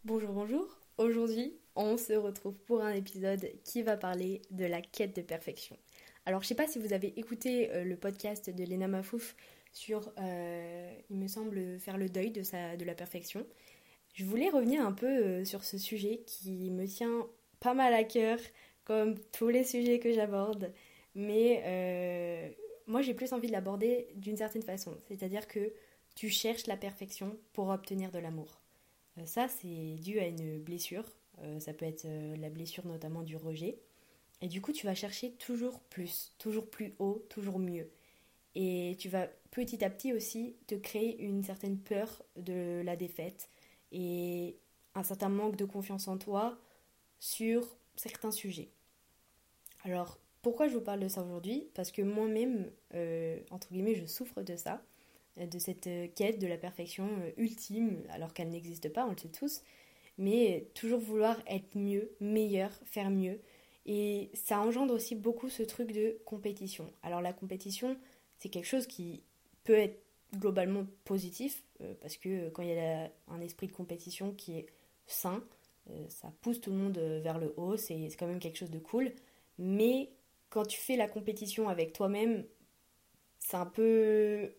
Bonjour, bonjour. Aujourd'hui, on se retrouve pour un épisode qui va parler de la quête de perfection. Alors, je sais pas si vous avez écouté le podcast de Lena Mafouf sur, il me semble, faire le deuil de la perfection. Je voulais revenir un peu sur ce sujet qui me tient pas mal à cœur, comme tous les sujets que j'aborde. Mais moi, j'ai plus envie de l'aborder d'une certaine façon. C'est-à-dire que tu cherches la perfection pour obtenir de l'amour. Ça, c'est dû à une blessure. Ça peut être la blessure notamment du rejet. Et du coup, tu vas chercher toujours plus, toujours plus haut, toujours mieux. Et tu vas petit à petit aussi te créer une certaine peur de la défaite et un certain manque de confiance en toi sur certains sujets. Alors, pourquoi je vous parle de ça aujourd'hui? Parce que moi-même, entre guillemets, je souffre de ça, de cette quête de la perfection ultime, alors qu'elle n'existe pas, on le sait tous, mais toujours vouloir être mieux, meilleur, faire mieux. Et ça engendre aussi beaucoup ce truc de compétition. Alors la compétition, c'est quelque chose qui peut être globalement positif, parce que quand il y a un esprit de compétition qui est sain, ça pousse tout le monde vers le haut, c'est quand même quelque chose de cool. Mais quand tu fais la compétition avec toi-même, c'est un peu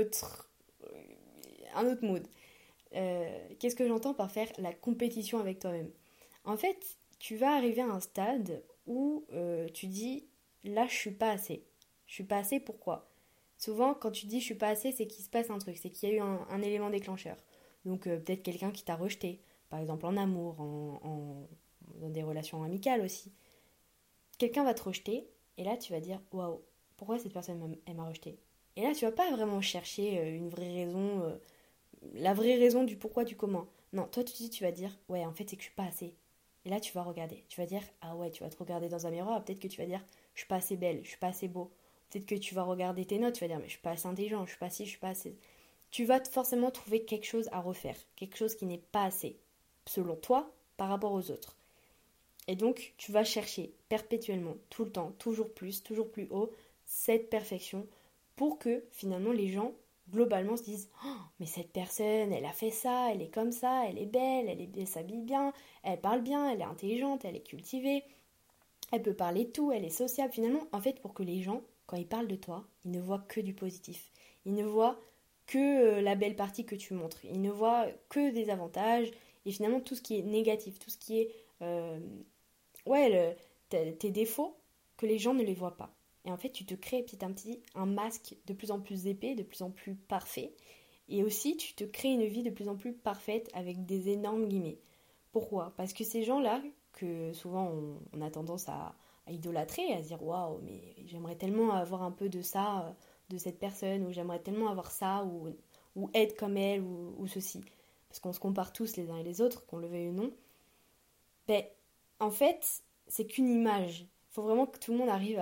un autre mood. Qu'est-ce que j'entends par faire la compétition avec toi-même? En fait, tu vas arriver à un stade où tu dis là, je suis pas assez. Je suis pas assez, pourquoi? Souvent, quand tu dis je suis pas assez, c'est qu'il se passe un truc, c'est qu'il y a eu un élément déclencheur. Donc, peut-être quelqu'un qui t'a rejeté, par exemple en amour, dans des relations amicales aussi. Quelqu'un va te rejeter, et là, tu vas dire waouh, pourquoi cette personne elle m'a rejeté? Et là, tu vas pas vraiment chercher une vraie raison, la vraie raison du pourquoi, du comment. Non, toi tu vas dire, ouais, en fait, c'est que je suis pas assez. Et là, tu vas regarder. Tu vas dire, ah ouais, tu vas te regarder dans un miroir. Peut-être que tu vas dire, je suis pas assez belle, je suis pas assez beau. Peut-être que tu vas regarder tes notes, tu vas dire, mais je suis pas assez intelligent, je suis pas si, je suis pas assez. Tu vas forcément trouver quelque chose à refaire, quelque chose qui n'est pas assez, selon toi, par rapport aux autres. Et donc, tu vas chercher perpétuellement, tout le temps, toujours plus haut, cette perfection pour que finalement les gens, globalement, se disent oh, mais cette personne, elle a fait ça, elle est comme ça, elle est belle, elle s'habille bien, elle parle bien, elle est intelligente, elle est cultivée, elle peut parler de tout, elle est sociable. Finalement, en fait, pour que les gens, quand ils parlent de toi, ils ne voient que du positif. Ils ne voient que la belle partie que tu montres. Ils ne voient que des avantages et finalement tout ce qui est négatif, tout ce qui est euh, ouais, tes défauts, que les gens ne les voient pas. Et en fait, tu te crées petit à petit un masque de plus en plus épais, de plus en plus parfait. Et aussi, tu te crées une vie de plus en plus parfaite avec des énormes guillemets. Pourquoi? Parce que ces gens-là, que souvent on a tendance à idolâtrer, à se dire waouh, mais j'aimerais tellement avoir un peu de ça, de cette personne, ou j'aimerais tellement avoir ça, ou être comme elle, ou ceci. Parce qu'on se compare tous les uns et les autres, qu'on le veuille ou non. Ben, en fait, c'est qu'une image. Il faut vraiment que tout le monde arrive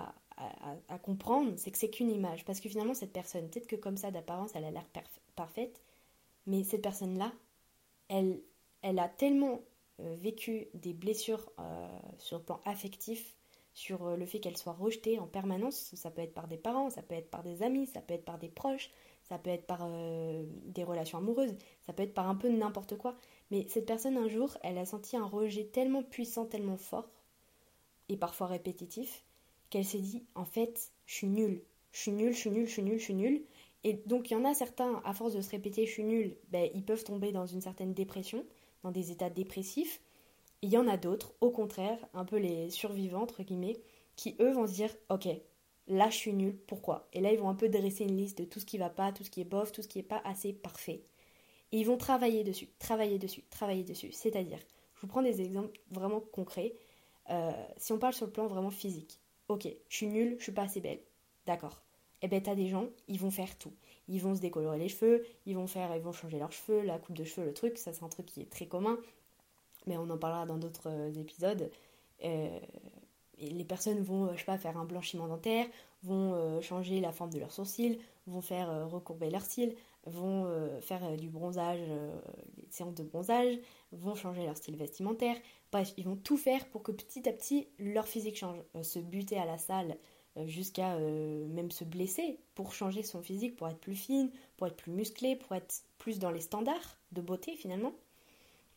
à comprendre, c'est que c'est qu'une image. Parce que finalement, cette personne, peut-être que comme ça, d'apparence, elle a l'air parfaite, mais cette personne-là, elle, elle a tellement vécu des blessures sur le plan affectif, sur le fait qu'elle soit rejetée en permanence. Ça peut être par des parents, ça peut être par des amis, ça peut être par des proches, ça peut être par des relations amoureuses, ça peut être par un peu n'importe quoi. Mais cette personne, un jour, elle a senti un rejet tellement puissant, tellement fort, et parfois répétitif, qu'elle s'est dit, en fait, je suis nulle. Je suis nulle, je suis nulle, je suis nulle, je suis nulle. Et donc, il y en a certains, à force de se répéter, je suis nulle, ben, ils peuvent tomber dans une certaine dépression, dans des états dépressifs. Et il y en a d'autres, au contraire, un peu les survivants, entre guillemets, qui, eux, vont se dire, ok, là, je suis nulle, pourquoi? Et là, ils vont un peu dresser une liste de tout ce qui va pas, tout ce qui est bof, tout ce qui est pas assez parfait. Et ils vont travailler dessus, travailler dessus, travailler dessus. C'est-à-dire, je vous prends des exemples vraiment concrets. Si on parle sur le plan vraiment physique, ok, je suis nulle, je suis pas assez belle. D'accord. Eh ben t'as des gens, ils vont faire tout. Ils vont se décolorer les cheveux, ils vont changer leurs cheveux, la coupe de cheveux, le truc, ça c'est un truc qui est très commun, mais on en parlera dans d'autres épisodes. Euh, et les personnes vont, je sais pas, faire un blanchiment dentaire, vont changer la forme de leurs sourcils, vont faire recourber leurs cils, vont faire du bronzage, des séances de bronzage, vont changer leur style vestimentaire. Bref, ils vont tout faire pour que petit à petit leur physique change. Se buter à la salle jusqu'à même se blesser pour changer son physique, pour être plus fine, pour être plus musclée, pour être plus dans les standards de beauté finalement.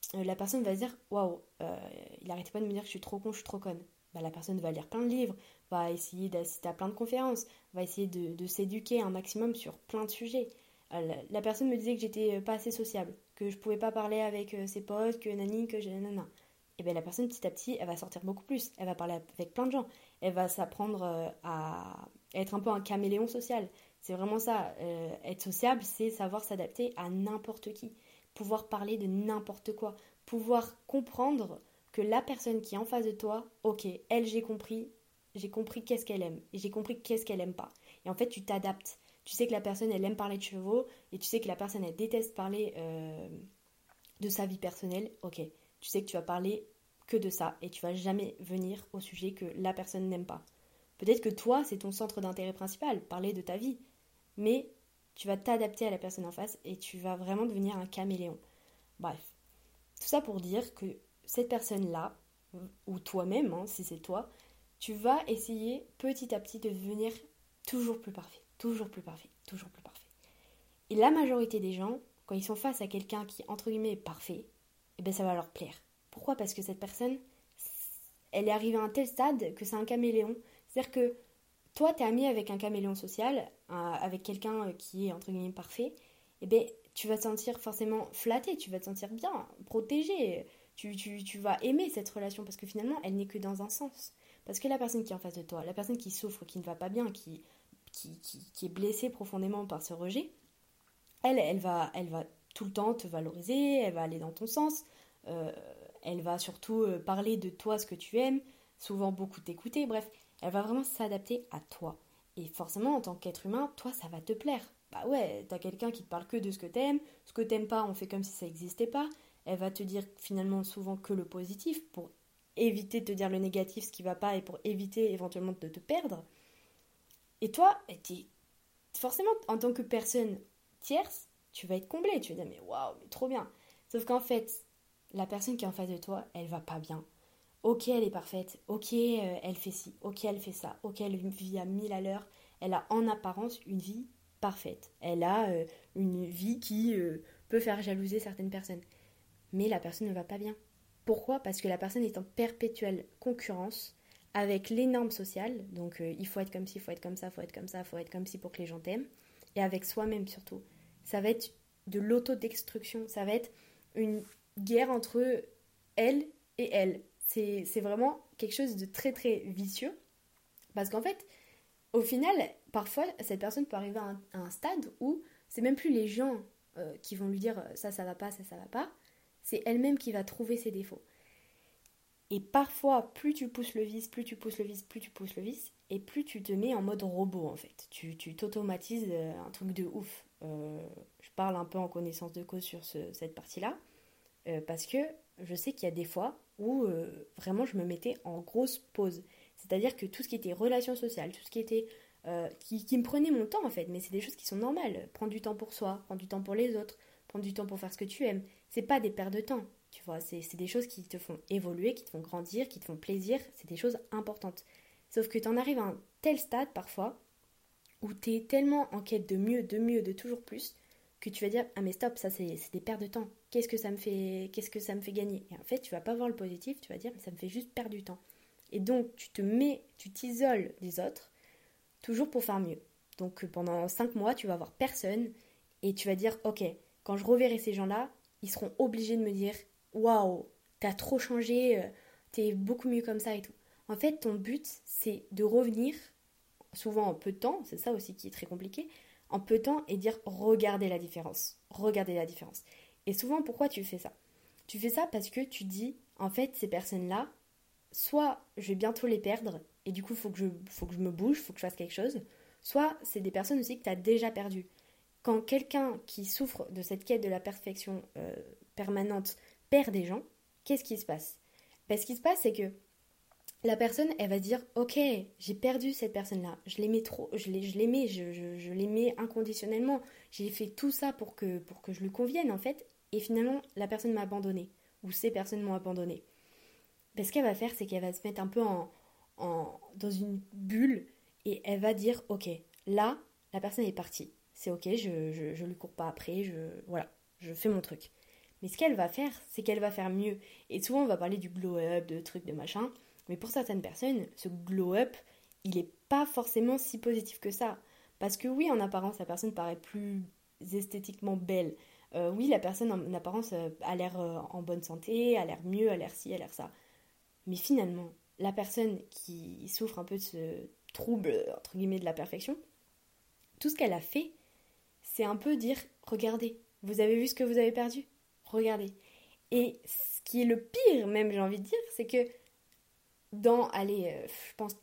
la personne va se dire waouh, il arrêtait pas de me dire que je suis trop con, je suis trop conne. Bah, la personne va lire plein de livres, va essayer d'assister à plein de conférences, va essayer de s'éduquer un maximum sur plein de sujets. La personne me disait que j'étais pas assez sociable, que je pouvais pas parler avec ses potes, que nani, que j'ai nanana. Et bien la personne petit à petit, elle va sortir beaucoup plus, elle va parler avec plein de gens, elle va s'apprendre à être un peu un caméléon social. C'est vraiment ça, être sociable, c'est savoir s'adapter à n'importe qui, pouvoir parler de n'importe quoi, pouvoir comprendre que la personne qui est en face de toi, ok, elle j'ai compris qu'est-ce qu'elle aime, et j'ai compris qu'est-ce qu'elle aime pas. Et en fait, tu t'adaptes. Tu sais que la personne, elle aime parler de chevaux, et tu sais que la personne, elle déteste parler de sa vie personnelle, ok. Tu sais que tu vas parler que de ça, et tu vas jamais venir au sujet que la personne n'aime pas. Peut-être que toi, c'est ton centre d'intérêt principal, parler de ta vie, mais tu vas t'adapter à la personne en face, et tu vas vraiment devenir un caméléon. Bref, tout ça pour dire que cette personne-là, ou toi-même, hein, si c'est toi, tu vas essayer petit à petit de devenir toujours plus parfait, toujours plus parfait, toujours plus parfait. Et la majorité des gens, quand ils sont face à quelqu'un qui, entre guillemets, est parfait, eh bien ça va leur plaire. Pourquoi? Parce que cette personne, elle est arrivée à un tel stade que c'est un caméléon. C'est-à-dire que toi, t'es ami avec un caméléon social, avec quelqu'un qui est, entre guillemets, parfait, eh bien tu vas te sentir forcément flatté, tu vas te sentir bien, protégé. Tu vas aimer cette relation parce que finalement, elle n'est que dans un sens. Parce que la personne qui est en face de toi, la personne qui souffre, qui ne va pas bien, qui est blessée profondément par ce rejet, elle va tout le temps te valoriser, elle va aller dans ton sens, euh, elle va surtout parler de toi, ce que tu aimes, souvent beaucoup t'écouter, bref, elle va vraiment s'adapter à toi. Et forcément, en tant qu'être humain, toi, ça va te plaire. Bah ouais, t'as quelqu'un qui te parle que de ce que t'aimes pas, on fait comme si ça n'existait pas. Elle va te dire finalement souvent que le positif pour éviter de te dire le négatif, ce qui va pas, et pour éviter éventuellement de te perdre. Et toi, forcément, en tant que personne tierce, tu vas être comblé. Tu vas dire, mais waouh, mais trop bien. Sauf qu'en fait, la personne qui est en face de toi, elle va pas bien. Ok, elle est parfaite. Ok, elle fait ci. Ok, elle fait ça. Ok, elle vit à 1000 à l'heure. Elle a en apparence une vie parfaite. Elle a une vie qui peut faire jalouser certaines personnes. Mais la personne ne va pas bien. Pourquoi? Parce que la personne est en perpétuelle concurrence avec les normes sociales. Donc il faut être comme ci, il faut être comme ça, il faut être comme ça, il faut être comme ci pour que les gens t'aiment. Et avec soi-même surtout. Ça va être de l'autodestruction. Ça va être une guerre entre elle et elle. C'est vraiment quelque chose de très très vicieux. Parce qu'en fait, au final, parfois, cette personne peut arriver à un stade où c'est même plus les gens qui vont lui dire ça va pas, ça va pas. C'est elle-même qui va trouver ses défauts. Et parfois, plus tu pousses le vice, plus tu pousses le vice, plus tu pousses le vice, et plus tu te mets en mode robot en fait. Tu t'automatises un truc de ouf. Je parle un peu en connaissance de cause sur cette partie-là, parce que je sais qu'il y a des fois où vraiment je me mettais en grosse pause. C'est-à-dire que tout ce qui était relations sociales, tout ce qui était... qui me prenait mon temps en fait, mais c'est des choses qui sont normales. Prendre du temps pour soi, prendre du temps pour les autres, prendre du temps pour faire ce que tu aimes. C'est pas des pertes de temps, tu vois. C'est des choses qui te font évoluer, qui te font grandir, qui te font plaisir. C'est des choses importantes. Sauf que tu en arrives à un tel stade parfois où tu es tellement en quête de mieux, de toujours plus, que tu vas dire ah mais stop, ça c'est des pertes de temps. Qu'est-ce que ça me fait gagner? Et en fait, tu vas pas voir le positif, tu vas dire mais ça me fait juste perdre du temps. Et donc tu t'isoles des autres toujours pour faire mieux. Donc pendant 5 mois, tu vas voir personne et tu vas dire ok, quand je reverrai ces gens-là, ils seront obligés de me dire waouh, t'as trop changé, t'es beaucoup mieux comme ça et tout. En fait, ton but, c'est de revenir, souvent en peu de temps, c'est ça aussi qui est très compliqué, en peu de temps et dire regardez la différence. Regardez la différence. Et souvent, pourquoi tu fais ça? Tu fais ça parce que tu dis en fait, ces personnes-là, soit je vais bientôt les perdre et du coup, faut que je me bouge, faut que je fasse quelque chose, soit c'est des personnes aussi que tu as déjà perdues. Quand quelqu'un qui souffre de cette quête de la perfection permanente perd des gens, qu'est-ce qui se passe? Ben, ce qui se passe, c'est que la personne, elle va se dire ok, j'ai perdu cette personne-là, je l'aimais trop, je l'aimais, je l'aimais inconditionnellement, j'ai fait tout ça pour que je lui convienne en fait, et finalement, la personne m'a abandonné, ou ces personnes m'ont abandonné. Ben, ce qu'elle va faire, c'est qu'elle va se mettre un peu dans une bulle, et elle va dire ok, là, la personne est partie, c'est ok, je lui cours pas après, voilà, je fais mon truc. Mais ce qu'elle va faire, c'est qu'elle va faire mieux. Et souvent, on va parler du glow-up, de trucs, de machin. Mais pour certaines personnes, ce glow-up, il n'est pas forcément si positif que ça. Parce que oui, en apparence, la personne paraît plus esthétiquement belle. Oui, la personne en apparence a l'air en bonne santé, a l'air mieux, a l'air ci, a l'air ça. Mais finalement, la personne qui souffre un peu de ce trouble, entre guillemets, de la perfection, tout ce qu'elle a fait, c'est un peu dire, regardez, vous avez vu ce que vous avez perdu? Regardez. Et ce qui est le pire, même j'ai envie de dire, c'est que dans, allez, je pense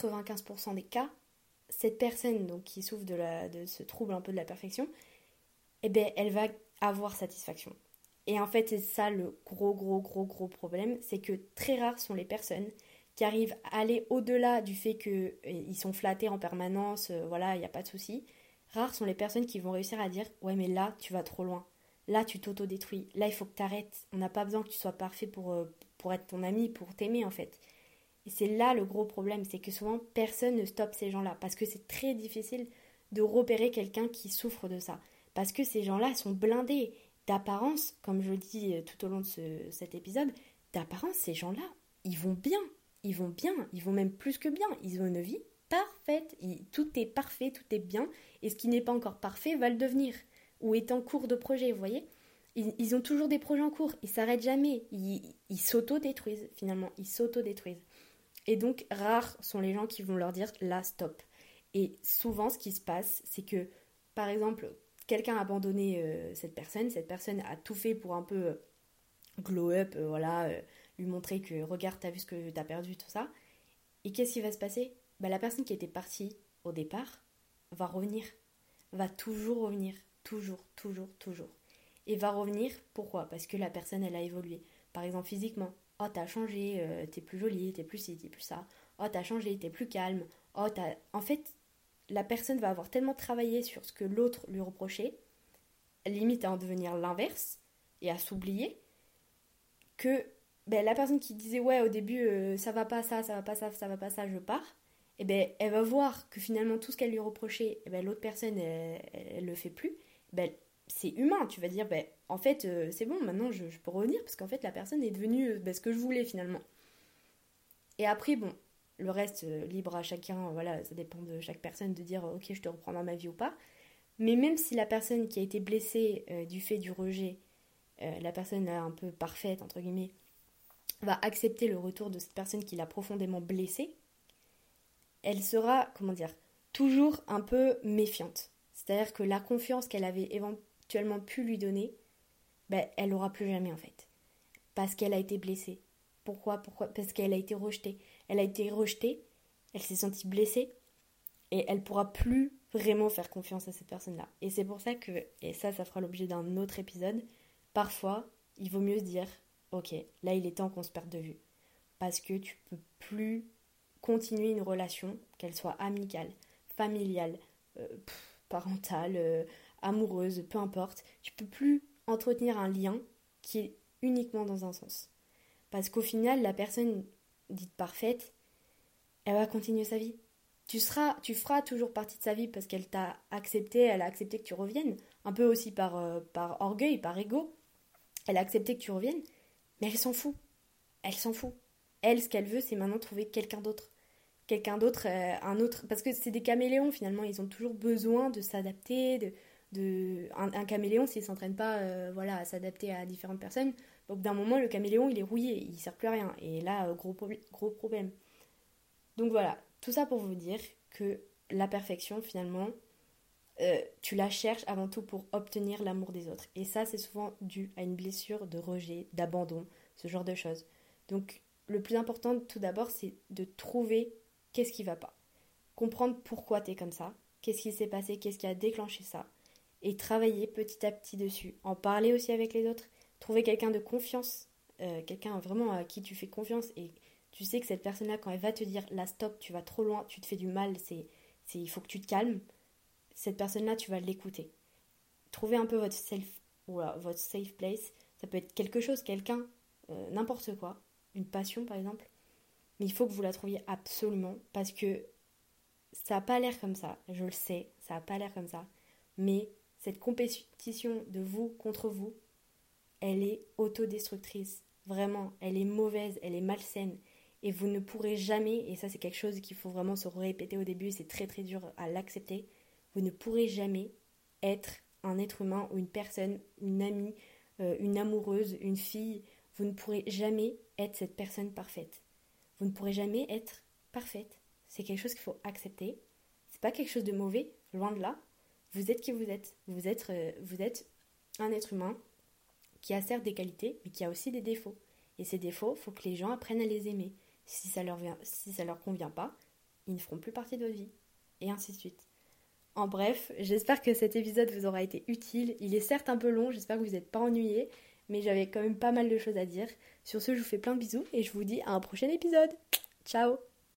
95% des cas, cette personne donc, qui souffre de ce trouble un peu de la perfection, eh ben, elle va avoir satisfaction. Et en fait, c'est ça le gros problème, c'est que très rares sont les personnes qui arrivent à aller au-delà du fait qu'ils sont flattés en permanence, voilà, il n'y a pas de souci. Rares sont les personnes qui vont réussir à dire ouais mais là tu vas trop loin, là tu t'auto-détruis, là il faut que tu arrêtes, on n'a pas besoin que tu sois parfait pour être ton ami, pour t'aimer en fait. Et c'est là le gros problème, c'est que souvent personne ne stoppe ces gens-là, parce que c'est très difficile de repérer quelqu'un qui souffre de ça. Parce que ces gens-là sont blindés d'apparence, comme je le dis tout au long de cet épisode, d'apparence ces gens-là, ils vont bien, ils vont bien, ils vont même plus que bien, ils ont une vie parfaite, tout est parfait, tout est bien, et ce qui n'est pas encore parfait va le devenir, ou est en cours de projet, vous voyez. Ils ont toujours des projets en cours, ils s'arrêtent jamais, ils s'auto-détruisent finalement, ils s'auto-détruisent. Et donc, rares sont les gens qui vont leur dire là, stop. Et souvent, ce qui se passe, c'est que, par exemple, quelqu'un a abandonné cette personne a tout fait pour un peu glow up, voilà, lui montrer que regarde, t'as vu ce que t'as perdu, tout ça. Et qu'est-ce qui va se passer? Bah, la personne qui était partie au départ va revenir, va toujours revenir, toujours. Et va revenir, pourquoi? Parce que la personne, elle a évolué. Par exemple, physiquement. Oh, t'as changé, t'es plus jolie, t'es plus ci, t'es plus ça. Oh, t'as changé, t'es plus calme. Oh, t'as... En fait, la personne va avoir tellement travaillé sur ce que l'autre lui reprochait, limite à en devenir l'inverse et à s'oublier, que ben, la personne qui disait ouais au début ça va pas ça, ça va pas ça, ça va pas ça, je pars, et ben elle va voir que finalement tout ce qu'elle lui reprochait, et ben, l'autre personne elle le fait plus, ben c'est humain, tu vas dire ben en fait c'est bon maintenant je peux revenir parce qu'en fait la personne est devenue ben, ce que je voulais finalement. Et après bon le reste libre à chacun, voilà ça dépend de chaque personne de dire ok je te reprends dans ma vie ou pas. Mais même si la personne qui a été blessée du fait du rejet, la personne un peu parfaite entre guillemets, va accepter le retour de cette personne qui l'a profondément blessée, elle sera, comment dire, toujours un peu méfiante. C'est-à-dire que la confiance qu'elle avait éventuellement pu lui donner, ben, elle l'aura plus jamais en fait. Parce qu'elle a été blessée. Pourquoi? Parce qu'elle a été rejetée. Elle a été rejetée, elle s'est sentie blessée, et elle pourra plus vraiment faire confiance à cette personne-là. Et c'est pour ça que, et ça fera l'objet d'un autre épisode, parfois, il vaut mieux se dire, ok, là il est temps qu'on se perde de vue. Parce que tu peux plus continuer une relation, qu'elle soit amicale, familiale, parentale, amoureuse, peu importe. Tu peux plus entretenir un lien qui est uniquement dans un sens. Parce qu'au final, la personne dite parfaite, elle va continuer sa vie. Tu feras toujours partie de sa vie parce qu'elle t'a accepté, elle a accepté que tu reviennes, un peu aussi par orgueil, par ego. Elle a accepté que tu reviennes, mais elle s'en fout. Elle s'en fout. Elle, ce qu'elle veut, c'est maintenant trouver quelqu'un d'autre. Quelqu'un d'autre, un autre. Parce que c'est des caméléons finalement, ils ont toujours besoin de s'adapter. Un caméléon, s'il ne s'entraîne pas voilà, à s'adapter à différentes personnes, donc d'un moment, le caméléon, il est rouillé, il ne sert plus à rien. Et là, gros problème. Donc voilà, tout ça pour vous dire que la perfection, finalement, tu la cherches avant tout pour obtenir l'amour des autres. Et ça, c'est souvent dû à une blessure de rejet, d'abandon, ce genre de choses. Donc, le plus important, tout d'abord, c'est de trouver qu'est-ce qui va pas. Comprendre pourquoi tu es comme ça, qu'est-ce qui s'est passé, qu'est-ce qui a déclenché ça. Et travailler petit à petit dessus. En parler aussi avec les autres. Trouver quelqu'un de confiance, quelqu'un vraiment à qui tu fais confiance et tu sais que cette personne-là, quand elle va te dire là, stop, tu vas trop loin, tu te fais du mal, il faut que tu te calmes, cette personne-là, tu vas l'écouter. Trouvez un peu votre safe place. Ça peut être quelque chose, quelqu'un, n'importe quoi, une passion par exemple. Mais il faut que vous la trouviez absolument parce que ça n'a pas l'air comme ça, je le sais, ça n'a pas l'air comme ça. Mais cette compétition de vous contre vous, elle est autodestructrice. Vraiment, elle est mauvaise, elle est malsaine. Et vous ne pourrez jamais, et ça c'est quelque chose qu'il faut vraiment se répéter au début, c'est très très dur à l'accepter, vous ne pourrez jamais être un être humain ou une personne, une amie, une amoureuse, une fille, vous ne pourrez jamais être cette personne parfaite. Vous ne pourrez jamais être parfaite. C'est quelque chose qu'il faut accepter. C'est pas quelque chose de mauvais, loin de là. Vous êtes qui vous êtes. Vous êtes un être humain qui a certes des qualités, mais qui a aussi des défauts. Et ces défauts, il faut que les gens apprennent à les aimer. Si ça leur convient pas, ils ne feront plus partie de votre vie. Et ainsi de suite. En bref, j'espère que cet épisode vous aura été utile. Il est certes un peu long, j'espère que vous n'êtes pas ennuyés, mais j'avais quand même pas mal de choses à dire. Sur ce, je vous fais plein de bisous et je vous dis à un prochain épisode. Ciao!